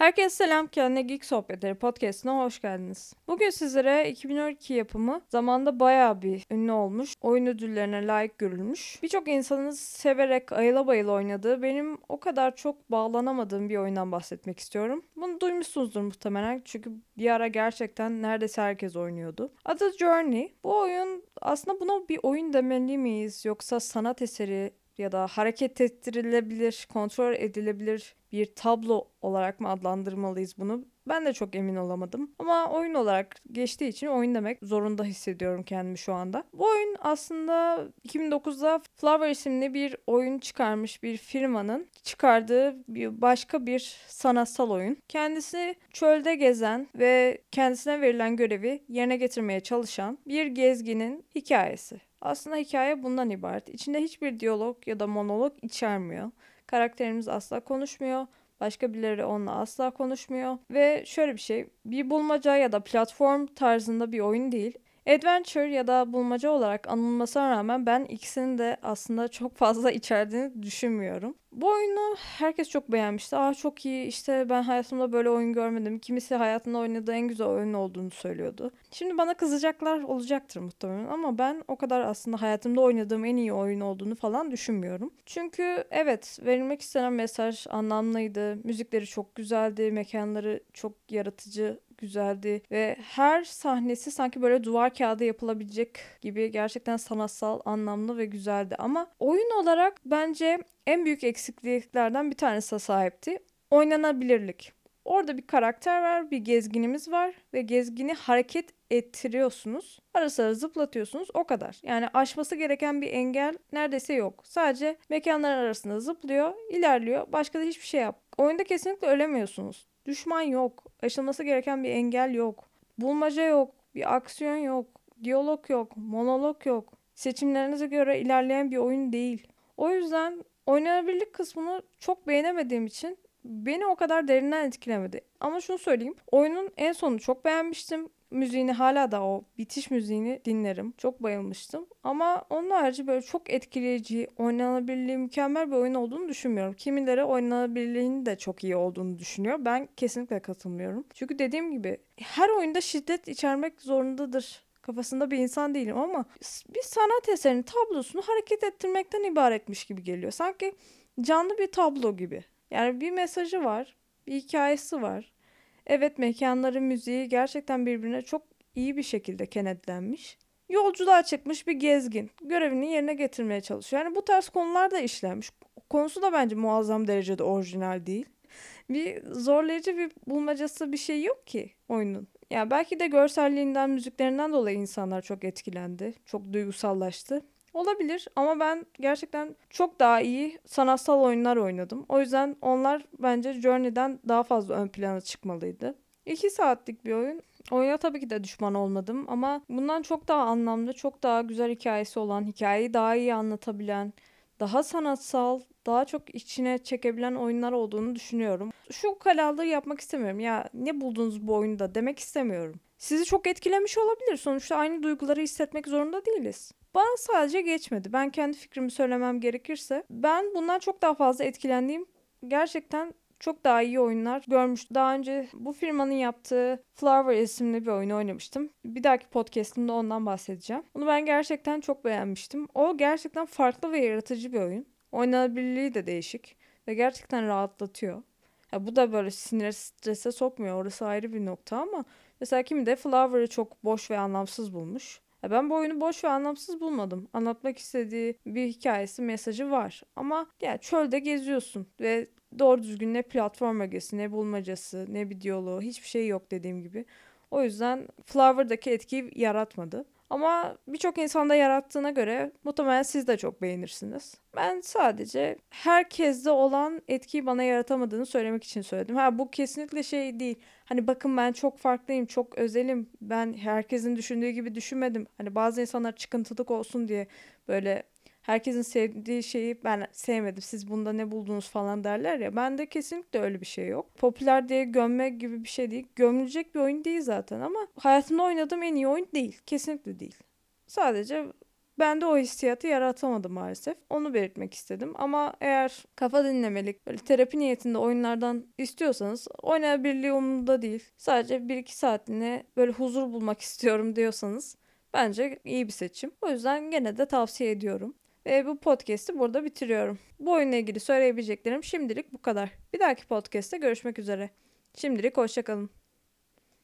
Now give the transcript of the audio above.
Herkese selam, kendine Geek Sohbetleri podcastine hoş geldiniz. Bugün sizlere 2012 yapımı zamanda bayağı bir ünlü olmuş, oyun ödüllerine layık görülmüş, birçok insanın severek ayıla bayıla oynadığı, benim o kadar çok bağlanamadığım bir oyundan bahsetmek istiyorum. Bunu duymuşsunuzdur muhtemelen çünkü bir ara gerçekten neredeyse herkes oynuyordu. Adı Journey. Bu oyun aslında buna bir oyun demeli miyiz yoksa sanat eseri ya da hareket ettirilebilir, kontrol edilebilir bir tablo olarak mı adlandırmalıyız bunu? Ben de çok emin olamadım. Ama oyun olarak geçtiği için oyun demek zorunda hissediyorum kendimi şu anda. Bu oyun aslında 2009'da Flower isimli bir oyun çıkarmış bir firmanın çıkardığı başka bir sanatsal oyun. Kendisi çölde gezen ve kendisine verilen görevi yerine getirmeye çalışan bir gezginin hikayesi. Aslında hikaye bundan ibaret. İçinde hiçbir diyalog ya da monolog içermiyor. Karakterimiz asla konuşmuyor. Başka birileri onunla asla konuşmuyor. Ve şöyle bir şey. Bir bulmaca ya da platform tarzında bir oyun değil. Adventure ya da bulmaca olarak anılmasına rağmen ben ikisini de aslında çok fazla içerdiğini düşünmüyorum. Bu oyunu herkes çok beğenmişti. Çok iyi, işte ben hayatımda böyle oyun görmedim. Kimisi hayatında oynadığı en güzel oyun olduğunu söylüyordu. Şimdi bana kızacaklar olacaktır muhtemelen ama ben o kadar aslında hayatımda oynadığım en iyi oyun olduğunu falan düşünmüyorum. Çünkü evet, verilmek istenen mesaj anlamlıydı. Müzikleri çok güzeldi, mekanları çok yaratıcı, güzeldi ve her sahnesi sanki böyle duvar kağıdı yapılabilecek gibi gerçekten sanatsal, anlamlı ve güzeldi. Ama oyun olarak bence en büyük eksikliklerden bir tanesine sahipti. Oynanabilirlik. Orada bir karakter var, bir gezginimiz var ve gezgini hareket ettiriyorsunuz. Ara sıra zıplatıyorsunuz, o kadar. Yani aşması gereken bir engel neredeyse yok. Sadece mekanlar arasında zıplıyor, ilerliyor. Başka da hiçbir şey yap. Oyunda kesinlikle ölemiyorsunuz. Düşman yok. Aşılması gereken bir engel yok. Bulmaca yok. Bir aksiyon yok. Diyalog yok. Monolog yok. Seçimlerinize göre ilerleyen bir oyun değil. O yüzden oynanabilirlik kısmını çok beğenemediğim için beni o kadar derinden etkilemedi. Ama şunu söyleyeyim. Oyunun en sonunu çok beğenmiştim. Müziğini hala da o bitiş müziğini dinlerim. Çok bayılmıştım. Ama onun harici böyle çok etkileyici, oynanabilirliği mükemmel bir oyun olduğunu düşünmüyorum. Kimileri oynanabilirliğinin de çok iyi olduğunu düşünüyor. Ben kesinlikle katılmıyorum. Çünkü dediğim gibi her oyunda şiddet içermek zorundadır kafasında bir insan değilim ama bir sanat eserinin tablosunu hareket ettirmekten ibaretmiş gibi geliyor. Sanki canlı bir tablo gibi. Yani bir mesajı var, bir hikayesi var. Evet, mekanları, müziği gerçekten birbirine çok iyi bir şekilde kenetlenmiş. Yolculuğa çıkmış bir gezgin görevini yerine getirmeye çalışıyor. Yani bu tarz konular da işlenmiş. Konusu da bence muazzam derecede orijinal değil. Bir zorlayıcı bir bulmacası bir şey yok ki oyunun. Ya belki de görselliğinden, müziklerinden dolayı insanlar çok etkilendi. Çok duygusallaştı. Olabilir ama ben gerçekten çok daha iyi sanatsal oyunlar oynadım. O yüzden onlar bence Journey'den daha fazla ön plana çıkmalıydı. 2 saatlik bir oyun. Oyuna tabii ki de düşman olmadım ama bundan çok daha anlamlı, çok daha güzel hikayesi olan, hikayeyi daha iyi anlatabilen, daha sanatsal, daha çok içine çekebilen oyunlar olduğunu düşünüyorum. Şu ukalalığı yapmak istemiyorum. Ya ne buldunuz bu oyunda demek istemiyorum. Sizi çok etkilemiş olabilir. Sonuçta aynı duyguları hissetmek zorunda değiliz. Bana sadece geçmedi. Ben kendi fikrimi söylemem gerekirse ben bundan çok daha fazla etkilendiğim, gerçekten çok daha iyi oyunlar görmüştüm. Daha önce bu firmanın yaptığı Flower isimli bir oyunu oynamıştım. Bir dahaki podcastımda ondan bahsedeceğim. Bunu ben gerçekten çok beğenmiştim. O gerçekten farklı ve yaratıcı bir oyun. Oynanabilirliği de değişik ve gerçekten rahatlatıyor. Ya bu da böyle sinire strese sokmuyor. Orası ayrı bir nokta ama mesela kimi de Flower'ı çok boş ve anlamsız bulmuş. Ya ben bu oyunu boş ve anlamsız bulmadım. Anlatmak istediği bir hikayesi, mesajı var. Ama ya çölde geziyorsun ve doğru düzgün ne platform ögesi, ne bulmacası, ne bir diyaloğu, hiçbir şey yok dediğim gibi. O yüzden Flower'daki etkiyi yaratmadı. Ama birçok insanda yarattığına göre muhtemelen siz de çok beğenirsiniz. Ben sadece herkeste olan etkiyi bana yaratamadığını söylemek için söyledim. Bu kesinlikle şey değil. Hani bakın ben çok farklıyım, çok özelim. Ben herkesin düşündüğü gibi düşünmedim. Hani bazı insanlar çıkıntılık olsun diye böyle herkesin sevdiği şeyi ben sevmedim, siz bunda ne buldunuz falan derler ya. Bende kesinlikle öyle bir şey yok. Popüler diye gömmek gibi bir şey değil. Gömülecek bir oyun değil zaten ama hayatımda oynadığım en iyi oyun değil. Kesinlikle değil. Sadece Ben de o hissiyatı yaratamadım maalesef. Onu belirtmek istedim. Ama eğer kafa dinlemelik, böyle terapi niyetinde oyunlardan istiyorsanız oynayabilirliği umurumda değil. Sadece 1-2 saatliğine böyle huzur bulmak istiyorum diyorsanız bence iyi bir seçim. O yüzden gene de tavsiye ediyorum. Ve bu podcast'i burada bitiriyorum. Bu oyunla ilgili söyleyebileceklerim şimdilik bu kadar. Bir dahaki podcast'te görüşmek üzere. Şimdilik hoşça kalın.